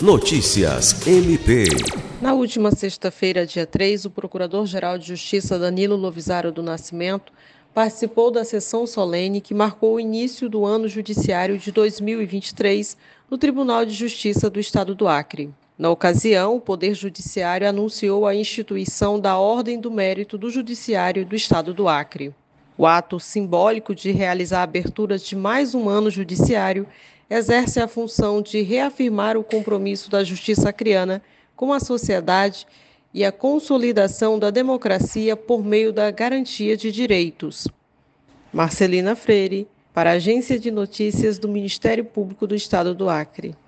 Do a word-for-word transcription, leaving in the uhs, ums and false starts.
Notícias M P. Na última sexta-feira, dia três, o Procurador-Geral de Justiça Danilo Lovisaro do Nascimento participou da sessão solene que marcou o início do ano judiciário de dois mil e vinte e três no Tribunal de Justiça do Estado do Acre. Na ocasião, o Poder Judiciário anunciou a instituição da Ordem do Mérito do Judiciário do Estado do Acre. O ato simbólico de realizar a abertura de mais um ano judiciário exerce a função de reafirmar o compromisso da justiça acreana com a sociedade e a consolidação da democracia por meio da garantia de direitos. Marcelina Freire, para a Agência de Notícias do Ministério Público do Estado do Acre.